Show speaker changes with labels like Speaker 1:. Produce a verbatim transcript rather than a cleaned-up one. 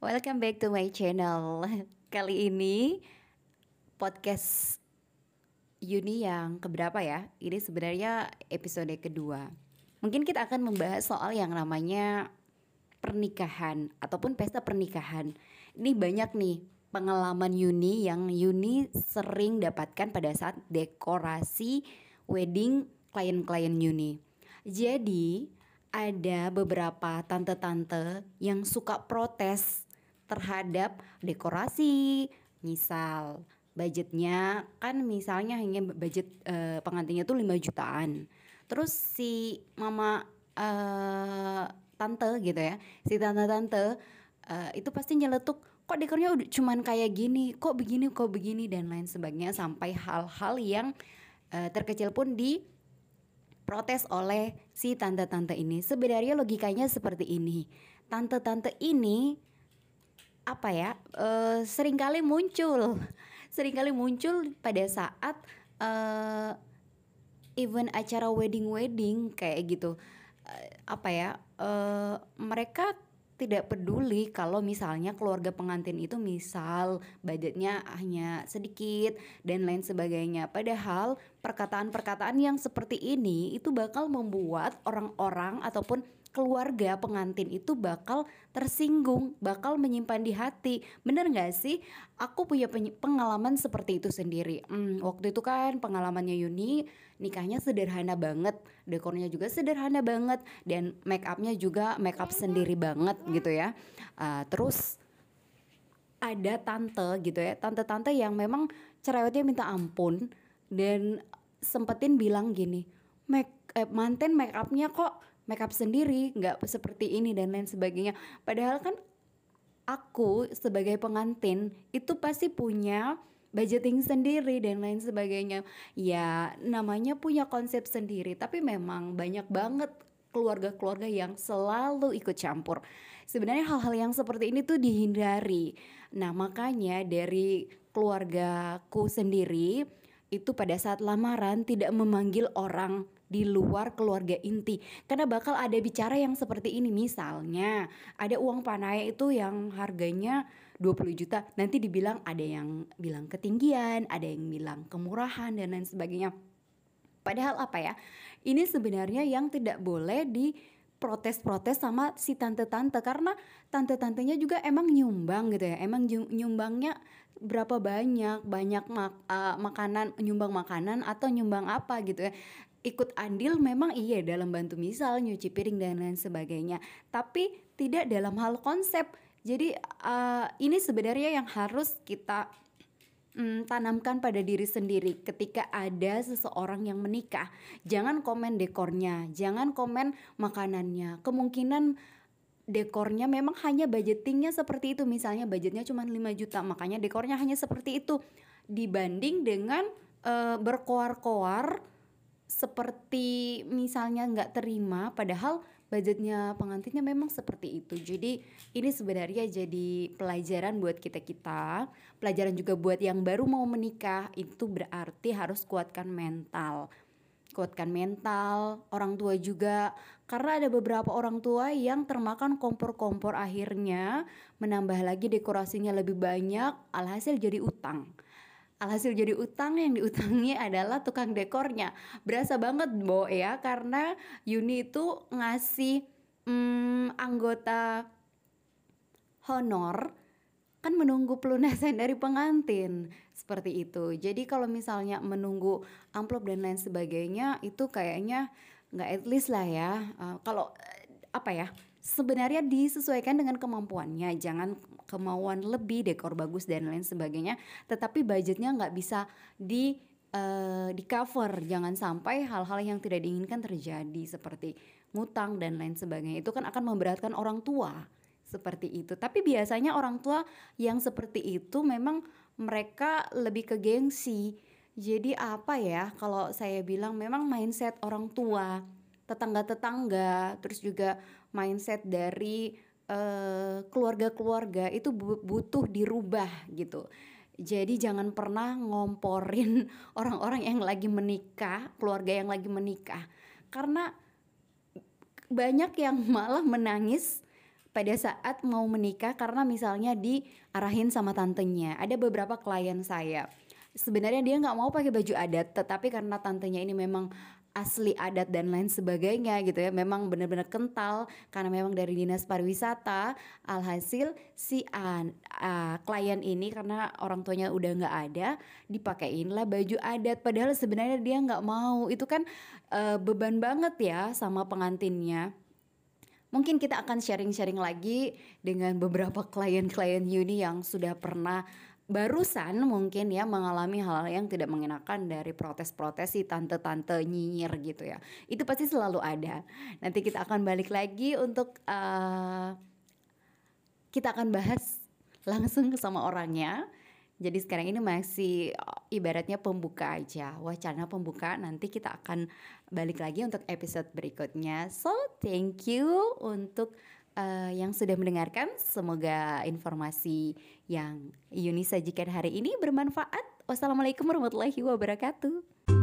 Speaker 1: Welcome back to my channel. Kali ini podcast Yuni yang keberapa ya? Ini sebenarnya episode kedua. Mungkin kita akan membahas soal yang namanya pernikahan ataupun pesta pernikahan. Ini banyak nih pengalaman Yuni yang Yuni sering dapatkan pada saat dekorasi wedding klien-klien Yuni. Jadi ada beberapa tante-tante yang suka protes terhadap dekorasi. Misal budgetnya kan misalnya hanya budget uh, pengantinnya tuh lima jutaan. Terus si mama uh, tante gitu ya, si tante-tante uh, itu pasti nyeletuk, kok dekornya udah cuman kayak gini, kok begini, kok begini dan lain sebagainya, sampai hal-hal yang uh, terkecil pun di protes oleh si tante-tante ini. Sebenarnya logikanya seperti ini. Tante-tante ini apa ya? Uh, seringkali muncul, seringkali muncul pada saat uh, event acara wedding-wedding kayak gitu. Uh, apa ya? Uh, mereka tidak peduli kalau misalnya keluarga pengantin itu misal budgetnya hanya sedikit dan lain sebagainya. Padahal perkataan-perkataan yang seperti ini itu bakal membuat orang-orang ataupun keluarga pengantin itu bakal tersinggung, bakal menyimpan di hati. Bener gak sih? Aku punya pengalaman seperti itu sendiri. hmm, Waktu itu kan pengalamannya Yuni, nikahnya sederhana banget, dekornya juga sederhana banget, dan make upnya juga make up sendiri banget gitu ya. uh, Terus ada tante gitu ya, tante-tante yang memang cerewetnya minta ampun dan sempetin bilang gini, make eh, manten make upnya kok make up sendiri, nggak seperti ini dan lain sebagainya. Padahal kan aku sebagai pengantin itu pasti punya budgeting sendiri dan lain sebagainya. Ya namanya punya konsep sendiri, tapi memang banyak banget keluarga-keluarga yang selalu ikut campur. Sebenarnya hal-hal yang seperti ini tuh dihindari. Nah makanya dari keluargaku sendiri itu pada saat lamaran tidak memanggil orang di luar keluarga inti, karena bakal ada bicara yang seperti ini. Misalnya ada uang panai itu yang harganya dua puluh juta, nanti dibilang ada yang bilang ketinggian, ada yang bilang kemurahan dan lain sebagainya. Padahal apa ya, ini sebenarnya yang tidak boleh di protes-protes sama si tante-tante, karena tante-tantenya juga emang nyumbang gitu ya, emang nyumbangnya berapa banyak, banyak mak- uh, makanan, nyumbang makanan atau nyumbang apa gitu ya, ikut andil memang iya dalam bantu misal nyuci piring dan lain sebagainya, tapi tidak dalam hal konsep. Jadi uh, ini sebenarnya yang harus kita Hmm, tanamkan pada diri sendiri ketika ada seseorang yang menikah. Jangan komen dekornya, jangan komen makanannya. Kemungkinan dekornya memang hanya budgetingnya seperti itu. Misalnya budgetnya cuma lima juta, makanya dekornya hanya seperti itu. Dibanding dengan uh, berkoar-koar seperti misalnya nggak terima, padahal budgetnya pengantinnya memang seperti itu. Jadi ini sebenarnya jadi pelajaran buat kita-kita, pelajaran juga buat yang baru mau menikah. Itu berarti harus kuatkan mental, kuatkan mental orang tua juga, karena ada beberapa orang tua yang termakan kompor-kompor, akhirnya menambah lagi dekorasinya lebih banyak, alhasil jadi utang. Alhasil jadi utang, yang diutangi adalah tukang dekornya. Berasa banget Bo ya, karena Yuni itu ngasih hmm, anggota honor kan menunggu pelunasan dari pengantin, seperti itu. Jadi kalau misalnya menunggu amplop dan lain sebagainya, itu kayaknya nggak at least lah ya. Uh, kalau uh, apa ya, sebenarnya disesuaikan dengan kemampuannya, jangan kemauan lebih, dekor bagus dan lain sebagainya, tetapi budgetnya nggak bisa di uh, di cover. Jangan sampai hal-hal yang tidak diinginkan terjadi seperti ngutang dan lain sebagainya. Itu kan akan memberatkan orang tua. Seperti itu. Tapi biasanya orang tua yang seperti itu memang mereka lebih ke gengsi. Jadi apa ya, kalau saya bilang memang mindset orang tua, tetangga-tetangga, terus juga mindset dari uh, keluarga-keluarga itu butuh dirubah gitu. Jadi jangan pernah ngomporin orang-orang yang lagi menikah, keluarga yang lagi menikah. Karena banyak yang malah menangis pada saat mau menikah karena misalnya diarahin sama tantenya. Ada beberapa klien saya, sebenarnya dia nggak mau pakai baju adat, tetapi karena tantenya ini memang asli adat dan lain sebagainya gitu ya, memang benar-benar kental karena memang dari dinas pariwisata. Alhasil si an, ah, klien ini karena orang tuanya udah nggak ada, dipakein lah baju adat, padahal sebenarnya dia nggak mau. Itu kan eh, beban banget ya sama pengantinnya. Mungkin kita akan sharing-sharing lagi dengan beberapa klien-klien Yuni yang sudah pernah barusan mungkin ya mengalami hal-hal yang tidak mengenakan dari protes-protes si tante-tante nyinyir gitu ya. Itu pasti selalu ada. Nanti kita akan balik lagi untuk uh, kita akan bahas langsung sama orangnya. Jadi sekarang ini masih uh, ibaratnya pembuka aja, wacana pembuka. Nanti kita akan balik lagi untuk episode berikutnya. So thank you untuk uh, yang sudah mendengarkan. Semoga informasi yang Yuni sajikan hari ini bermanfaat. Wassalamualaikum warahmatullahi wabarakatuh.